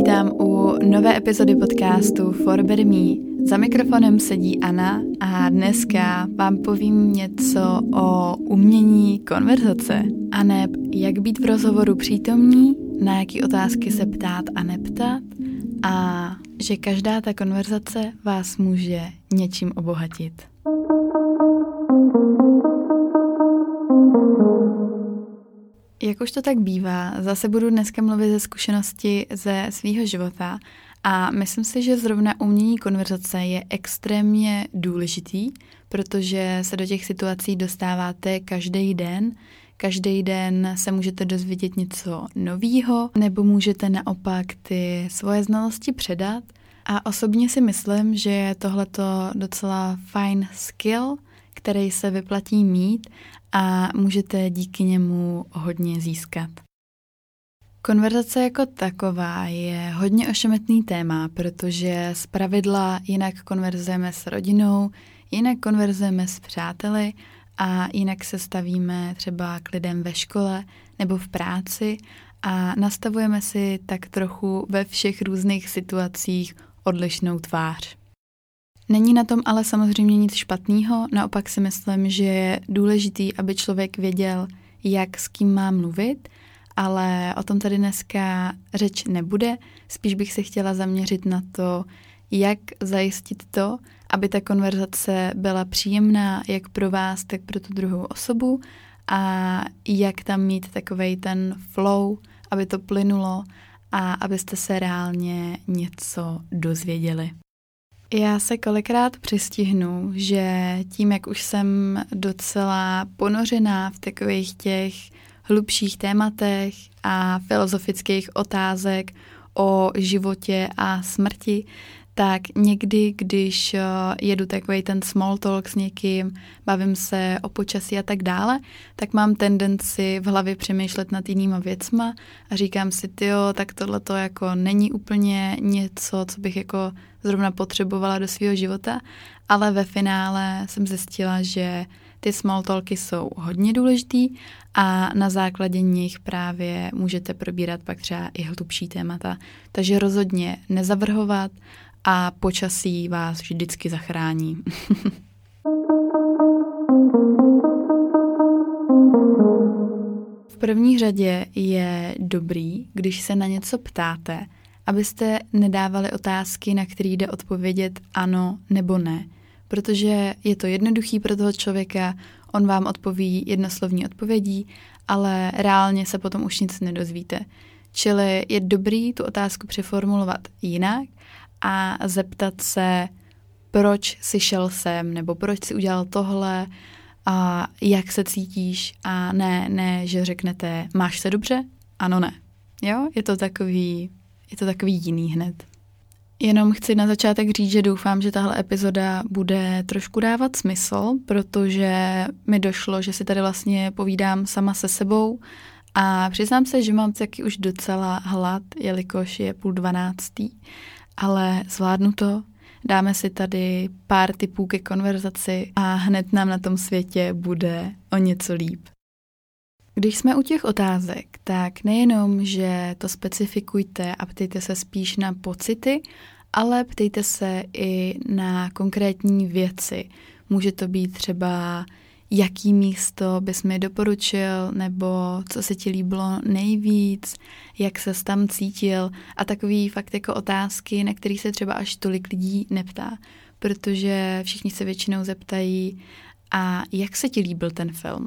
vítám u nové epizody podcastu For Better Me. Za mikrofonem sedí Anna a dneska vám povím něco o umění konverzace. A neb jak být v rozhovoru přítomní, na jaký otázky se ptát a neptat a že každá ta konverzace vás může něčím obohatit. Jak už to tak bývá, zase budu dneska mluvit ze zkušenosti ze svýho života a myslím si, že zrovna umění konverzace je extrémně důležitý, protože se do těch situací dostáváte každý den. Každý den se můžete dozvědět něco novýho, nebo můžete naopak ty svoje znalosti předat. A osobně si myslím, že je tohleto docela fajn skill, který se vyplatí mít a můžete díky němu hodně získat. Konverzace jako taková je hodně ošemetný téma, protože zpravidla jinak konverzujeme s rodinou, jinak konverzujeme s přáteli a jinak se stavíme třeba k lidem ve škole nebo v práci a nastavujeme si tak trochu ve všech různých situacích odlišnou tvář. Není na tom ale samozřejmě nic špatného, naopak si myslím, že je důležitý, aby člověk věděl, jak s kým má mluvit, ale o tom tady dneska řeč nebude, spíš bych se chtěla zaměřit na to, jak zajistit to, aby ta konverzace byla příjemná jak pro vás, tak pro tu druhou osobu a jak tam mít takovej ten flow, aby to plynulo a abyste se reálně něco dozvěděli. Já se kolikrát přistihnu, že tím, jak už jsem docela ponořená v takových těch hlubších tématech a filozofických otázek o životě a smrti, tak někdy, když jedu takový ten small talk s někým, bavím se o počasí a tak dále, tak mám tendenci v hlavě přemýšlet nad jinýma věcma a říkám si, tak tohleto jako není úplně něco, co bych jako zrovna potřebovala do svého života, ale ve finále jsem zjistila, že ty small talky jsou hodně důležitý a na základě nich právě můžete probírat pak třeba i hlubší témata. Takže rozhodně nezavrhovat a počasí vás vždycky zachrání. V první řadě je dobrý, když se na něco ptáte, abyste nedávali otázky, na které jde odpovědět ano nebo ne. Protože je to jednoduchý pro toho člověka, on vám odpoví jednoslovní odpovědí, ale reálně se potom už nic nedozvíte. Čili je dobrý tu otázku přeformulovat jinak a zeptat se, proč jsi šel sem, nebo proč jsi udělal tohle a jak se cítíš a ne, že řeknete, máš se dobře? Ano, ne. Jo, je to takový jiný hned. Jenom chci na začátek říct, že doufám, že tahle epizoda bude trošku dávat smysl, protože mi došlo, že si tady vlastně povídám sama se sebou a přiznám se, že mám taky už docela hlad, jelikož je 11:30, ale zvládnu to. Dáme si tady pár tipů ke konverzaci a hned nám na tom světě bude o něco líp. Když jsme u těch otázek, tak nejenom, že to specifikujte a ptejte se spíš na pocity, ale ptejte se i na konkrétní věci. Může to být třeba, jaký místo bys mi doporučil, nebo co se ti líbilo nejvíc, jak ses tam cítil a takový fakt jako otázky, na které se třeba až tolik lidí neptá, protože všichni se většinou zeptají, a jak se ti líbil ten film,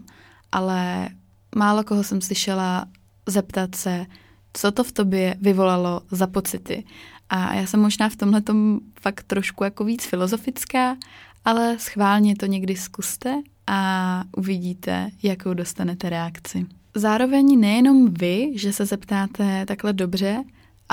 ale málo koho jsem slyšela zeptat se, co to v tobě vyvolalo za pocity. A já jsem možná v tomhletom fakt trošku jako víc filozofická, ale schválně to někdy zkuste a uvidíte, jakou dostanete reakci. Zároveň nejenom vy, že se zeptáte takhle dobře,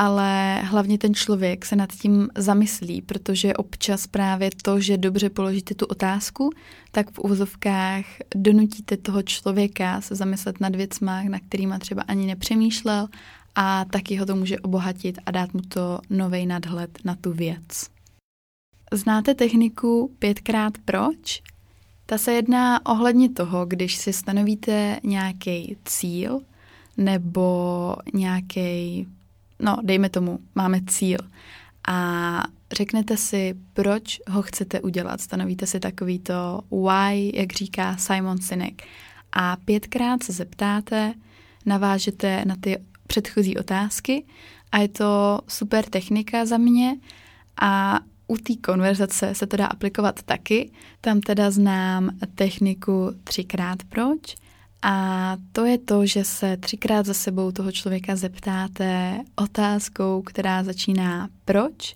ale hlavně ten člověk se nad tím zamyslí, protože občas právě to, že dobře položíte tu otázku, tak v uvozovkách donutíte toho člověka se zamyslet nad věcma, na kterýma třeba ani nepřemýšlel a taky ho to může obohatit a dát mu to novej nadhled na tu věc. Znáte techniku 5x proč? Ta se jedná ohledně toho, když si stanovíte nějaký cíl nebo nějaký dejme tomu, máme cíl a řeknete si, proč ho chcete udělat. Stanovíte si takovýto why, jak říká Simon Sinek. A 5krát se zeptáte, navážete na ty předchozí otázky a je to super technika za mě a u té konverzace se to dá aplikovat taky. Tam teda znám techniku 3x proč a to je to, že se 3krát za sebou toho člověka zeptáte otázkou, která začíná proč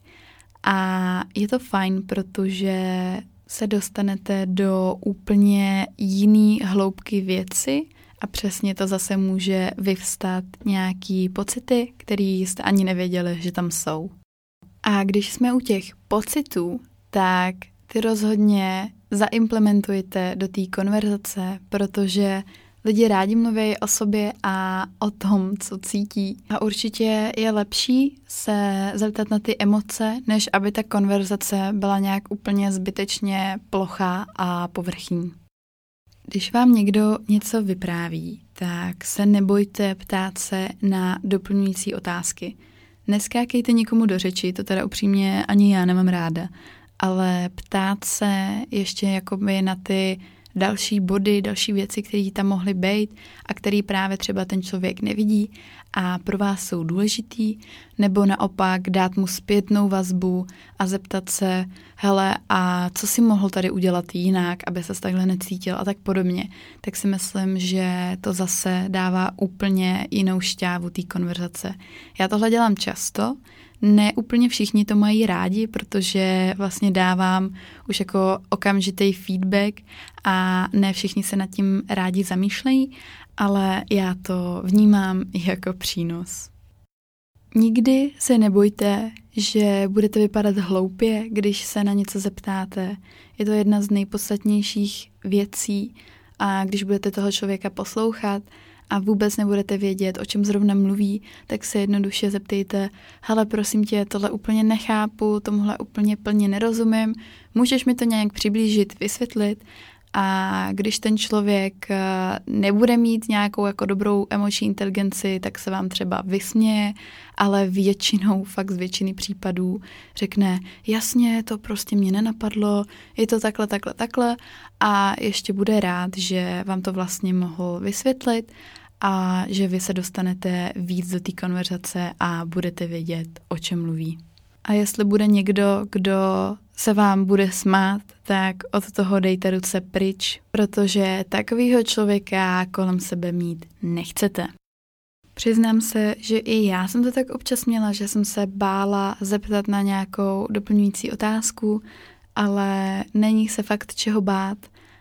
a je to fajn, protože se dostanete do úplně jiný hloubky věci a přesně to zase může vyvstat nějaký pocity, které jste ani nevěděli, že tam jsou. A když jsme u těch pocitů, tak ty rozhodně zaimplementujte do té konverzace, protože lidi rádi mluví o sobě a o tom, co cítí. A určitě je lepší se zeptat na ty emoce, než aby ta konverzace byla nějak úplně zbytečně plochá a povrchní. Když vám někdo něco vypráví, tak se nebojte ptát se na doplňující otázky. Neskákejte nikomu do řeči, to teda upřímně ani já nemám ráda, ale ptát se ještě jakoby na ty další body, další věci, které tam mohly být a které právě třeba ten člověk nevidí a pro vás jsou důležitý, nebo naopak dát mu zpětnou vazbu a zeptat se, hele, a co si mohl tady udělat jinak, aby ses takhle necítil a tak podobně, tak si myslím, že to zase dává úplně jinou šťávu té konverzace. Já tohle dělám často, ne úplně všichni to mají rádi, protože vlastně dávám už jako okamžitý feedback a ne všichni se nad tím rádi zamýšlejí, ale já to vnímám jako přínos. Nikdy se nebojte, že budete vypadat hloupě, když se na něco zeptáte. Je to jedna z nejpodstatnějších věcí a když budete toho člověka poslouchat a vůbec nebudete vědět, o čem zrovna mluví, tak se jednoduše zeptejte, hele, prosím tě, tohle úplně nechápu, tomuhle úplně plně nerozumím, můžeš mi to nějak přiblížit, vysvětlit? A když ten člověk nebude mít nějakou jako dobrou emoční inteligenci, tak se vám třeba vysměje, ale většinou, fakt z většiny případů řekne, jasně, to prostě mě nenapadlo, je to takhle a ještě bude rád, že vám to vlastně mohl vysvětlit a že vy se dostanete víc do té konverzace a budete vědět, o čem mluví. A jestli bude někdo, kdo se vám bude smát, tak od toho dejte ruce pryč, protože takovýho člověka kolem sebe mít nechcete. Přiznám se, že i já jsem to tak občas měla, že jsem se bála zeptat na nějakou doplňující otázku, ale není se fakt čeho bát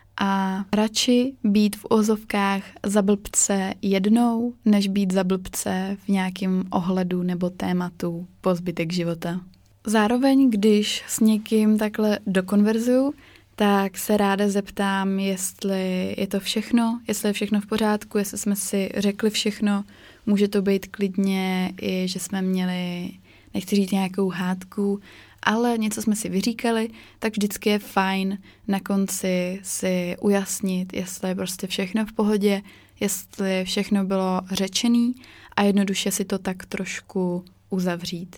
a radši být v ozovkách za blbce jednou, než být za blbce v nějakém ohledu nebo tématu po zbytek života. Zároveň, když s někým takhle dokonverzuju, tak se ráda zeptám, jestli je to všechno, jestli je všechno v pořádku, jestli jsme si řekli všechno. Může to být klidně i, že jsme měli, nechci říct nějakou hádku, ale něco jsme si vyříkali, tak vždycky je fajn na konci si ujasnit, jestli je prostě všechno v pohodě, jestli všechno bylo řečený a jednoduše si to tak trošku uzavřít.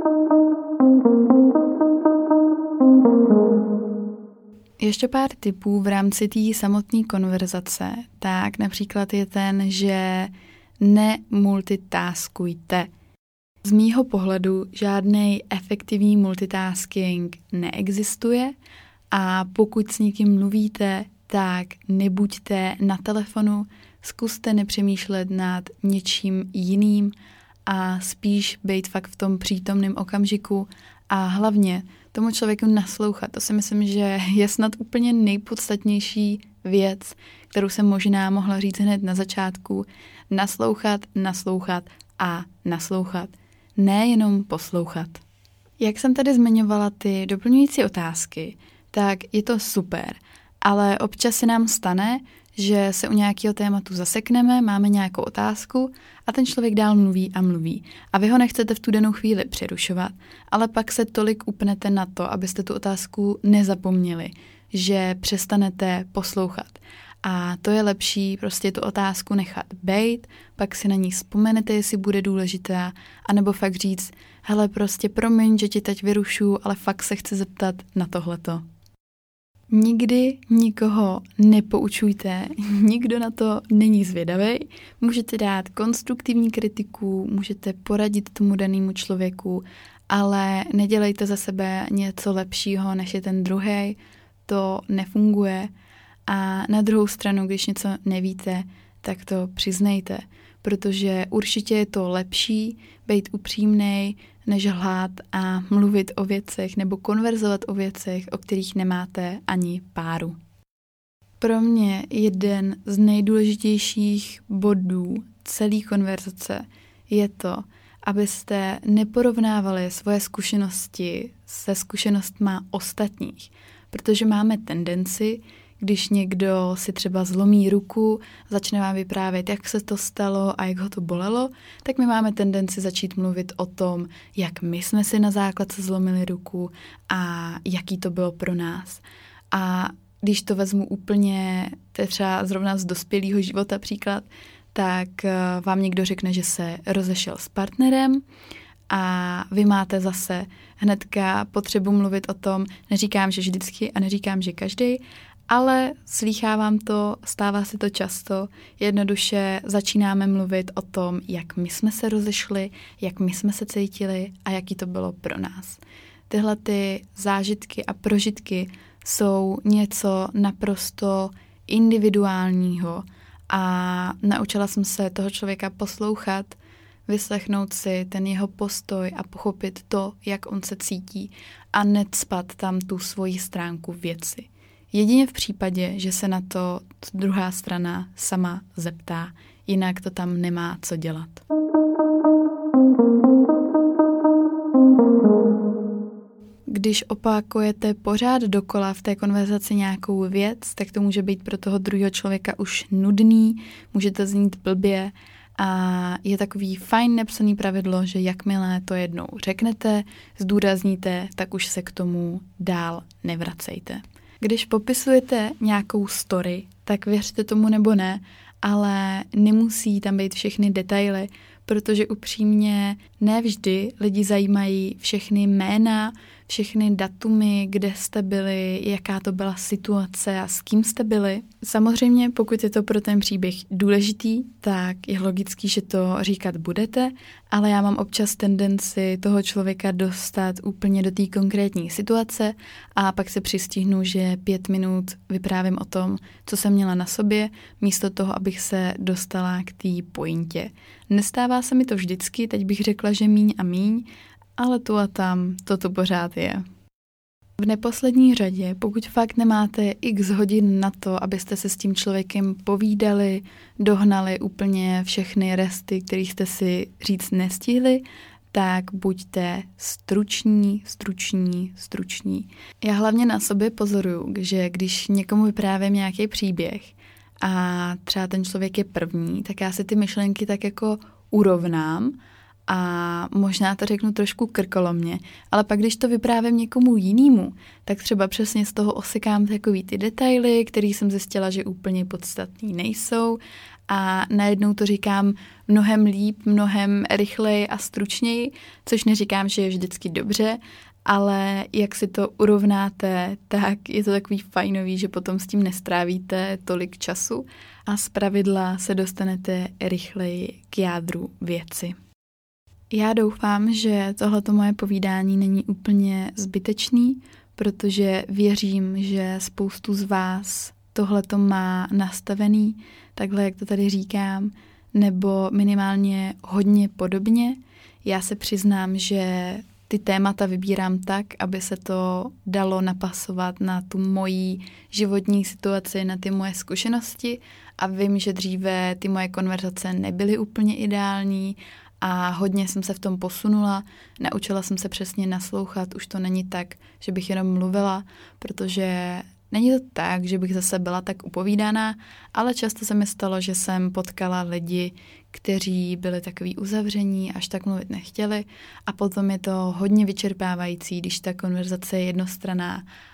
Ještě pár tipů v rámci té samotné konverzace, tak například je ten, že nemultitaskujte. Z mýho pohledu žádný efektivní multitasking neexistuje a pokud s někým mluvíte, tak nebuďte na telefonu, zkuste nepřemýšlet nad něčím jiným a spíš být fakt v tom přítomném okamžiku a hlavně tomu člověku naslouchat. To si myslím, že je snad úplně nejpodstatnější věc, kterou jsem možná mohla říct hned na začátku. Naslouchat a naslouchat. Ne jenom poslouchat. Jak jsem tady zmiňovala ty doplňující otázky, tak je to super, ale občas se nám stane, že se u nějakého tématu zasekneme, máme nějakou otázku a ten člověk dál mluví a mluví. A vy ho nechcete v tu danou chvíli přerušovat, ale pak se tolik upnete na to, abyste tu otázku nezapomněli, že přestanete poslouchat. A to je lepší prostě tu otázku nechat bejt, pak si na ní vzpomenete, jestli bude důležitá, anebo fakt říct, hele, prostě promiň, že ti teď vyrušu, ale fakt se chci zeptat na tohleto. Nikdy nikoho nepoučujte, nikdo na to není zvědavý. Můžete dát konstruktivní kritiku, můžete poradit tomu danému člověku, ale nedělejte za sebe něco lepšího, než je ten druhej. To nefunguje. A na druhou stranu, když něco nevíte, tak to přiznejte, protože určitě je to lepší být upřímnej, než lhát a mluvit o věcech nebo konverzovat o věcech, o kterých nemáte ani páru. Pro mě jeden z nejdůležitějších bodů celé konverzace je to, abyste neporovnávali svoje zkušenosti se zkušenostma ostatních, protože máme tendenci, když někdo si třeba zlomí ruku, začne vám vyprávět, jak se to stalo a jak ho to bolelo, tak my máme tendenci začít mluvit o tom, jak my jsme si na základce zlomili ruku a jaký to bylo pro nás. A když to vezmu úplně, to je třeba zrovna z dospělého života příklad, tak vám někdo řekne, že se rozešel s partnerem a vy máte zase hnedka potřebu mluvit o tom, neříkám, že vždycky a neříkám, že každý, ale slýchávám to, stává se to často, jednoduše začínáme mluvit o tom, jak my jsme se rozešli, jak my jsme se cítili a jaký to bylo pro nás. Tyhle ty zážitky a prožitky jsou něco naprosto individuálního a naučila jsem se toho člověka poslouchat, vyslechnout si ten jeho postoj a pochopit to, jak on se cítí a necpat tam tu svoji stránku věci. Jedině v případě, že se na to druhá strana sama zeptá, jinak to tam nemá co dělat. Když opakujete pořád dokola v té konverzaci nějakou věc, tak to může být pro toho druhého člověka už nudný, může to znít blbě a je takový fajn nepsaný pravidlo, že jakmile to jednou řeknete, zdůrazníte, tak už se k tomu dál nevracejte. Když popisujete nějakou story, tak věřte tomu nebo ne, ale nemusí tam být všechny detaily, protože upřímně nevždy lidi zajímají všechny jména, všechny datumy, kde jste byli, jaká to byla situace a s kým jste byli. Samozřejmě, pokud je to pro ten příběh důležitý, tak je logický, že to říkat budete, ale já mám občas tendenci toho člověka dostat úplně do té konkrétní situace a pak se přistihnu, že 5 minut vyprávím o tom, co jsem měla na sobě, místo toho, abych se dostala k té pointě. Nestává se mi to vždycky, teď bych řekla, že míň a míň, ale tu a tam toto pořád je. V neposlední řadě, pokud fakt nemáte x hodin na to, abyste se s tím člověkem povídali, dohnali úplně všechny resty, které jste si říct nestihli, tak buďte struční. Já hlavně na sobě pozoruju, že když někomu vyprávím nějaký příběh a třeba ten člověk je první, tak já si ty myšlenky tak jako urovnám a možná to řeknu trošku krkolomně, ale pak když to vyprávím někomu jinému, tak třeba přesně z toho osekám takový ty detaily, které jsem zjistila, že úplně podstatný nejsou a najednou to říkám mnohem líp, mnohem rychleji a stručněji, což neříkám, že je vždycky dobře, ale jak si to urovnáte, tak je to takový fajnový, že potom s tím nestrávíte tolik času a zpravidla se dostanete rychleji k jádru věci. Já doufám, že tohleto moje povídání není úplně zbytečný, protože věřím, že spoustu z vás tohleto má nastavený, takhle jak to tady říkám, nebo minimálně hodně podobně. Já se přiznám, že ty témata vybírám tak, aby se to dalo napasovat na tu moji životní situaci, na ty moje zkušenosti a vím, že dříve ty moje konverzace nebyly úplně ideální a hodně jsem se v tom posunula, naučila jsem se přesně naslouchat, už to není tak, že bych jenom mluvila, protože není to tak, že bych zase byla tak upovídaná, ale často se mi stalo, že jsem potkala lidi, kteří byli takový uzavření, až tak mluvit nechtěli a potom je to hodně vyčerpávající, když ta konverzace je jednostranná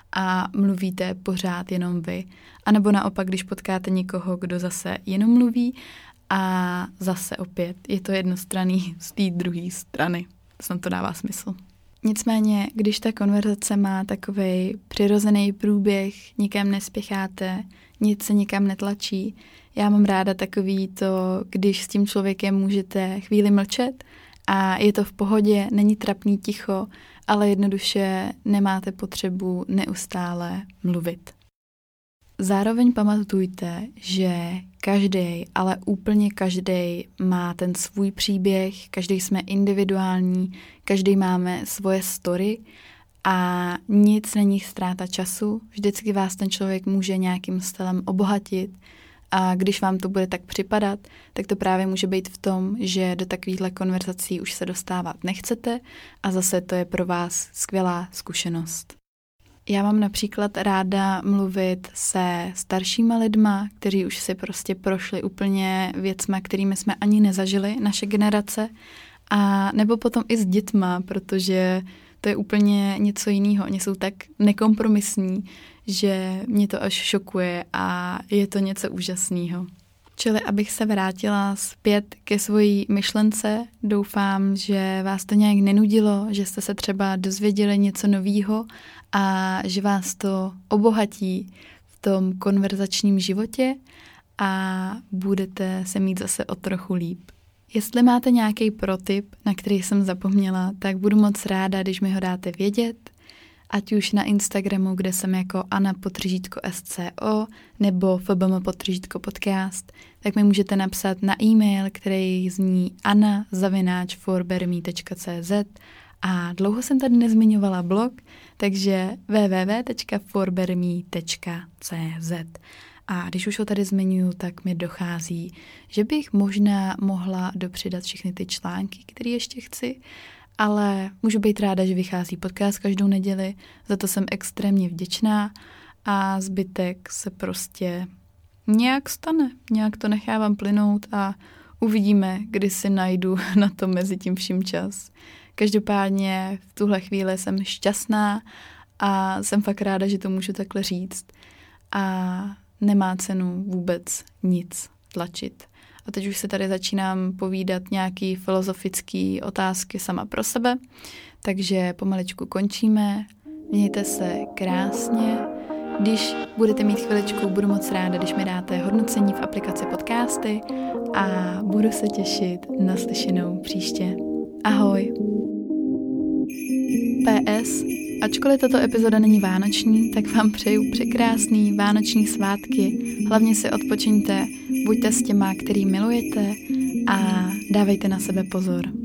a mluvíte pořád jenom vy. A nebo naopak, když potkáte někoho, kdo zase jenom mluví a zase opět je to jednostranný z té druhé strany. Snad to dává smysl. Nicméně, když ta konverzace má takovej přirozený průběh, nikam nespěcháte, nic se nikam netlačí. Já mám ráda takový to, když s tím člověkem můžete chvíli mlčet a je to v pohodě, není trapný ticho, ale jednoduše nemáte potřebu neustále mluvit. Zároveň pamatujte, že každý, ale úplně každý má ten svůj příběh, každý jsme individuální, každý máme svoje story a nic není ztráta času. Vždycky vás ten člověk může nějakým stylem obohatit a když vám to bude tak připadat, tak to právě může být v tom, že do takovýchhle konverzací už se dostávat nechcete a zase to je pro vás skvělá zkušenost. Já mám například ráda mluvit se staršíma lidma, kteří už si prostě prošli úplně věcma, kterými jsme ani nezažili, naše generace, a nebo potom i s dětma, protože to je úplně něco jiného. Oni jsou tak nekompromisní, že mě to až šokuje a je to něco úžasného. Čili abych se vrátila zpět ke svojí myšlence, doufám, že vás to nějak nenudilo, že jste se třeba dozvěděli něco novýho a že vás to obohatí v tom konverzačním životě a budete se mít zase o trochu líp. Jestli máte nějaký protip, na který jsem zapomněla, tak budu moc ráda, když mi ho dáte vědět, ať už na Instagramu, kde jsem jako Anna_SCO nebo FBM_podcast, tak mi můžete napsat na e-mail, který zní anna@forberme.cz a dlouho jsem tady nezmiňovala blog, takže www.forberme.cz. A když už ho tady zmiňuju, tak mi dochází, že bych možná mohla dopřidat všechny ty články, které ještě chci, ale můžu být ráda, že vychází podcast každou neděli, za to jsem extrémně vděčná a zbytek se prostě nějak stane, nějak to nechávám plynout a uvidíme, kdy si najdu na to mezi tím vším čas. Každopádně v tuhle chvíli jsem šťastná a jsem fakt ráda, že to můžu takhle říct a nemá cenu vůbec nic tlačit. A teď už se tady začínám povídat nějaký filozofický otázky sama pro sebe, takže pomaličku končíme. Mějte se krásně. Když budete mít chviličku, budu moc ráda, když mi dáte hodnocení v aplikaci Podcasty a budu se těšit na slyšenou příště. Ahoj! PS. Ačkoliv tato epizoda není vánoční, tak vám přeju překrásný vánoční svátky. Hlavně si odpočiňte, buďte s těma, který milujete a dávejte na sebe pozor.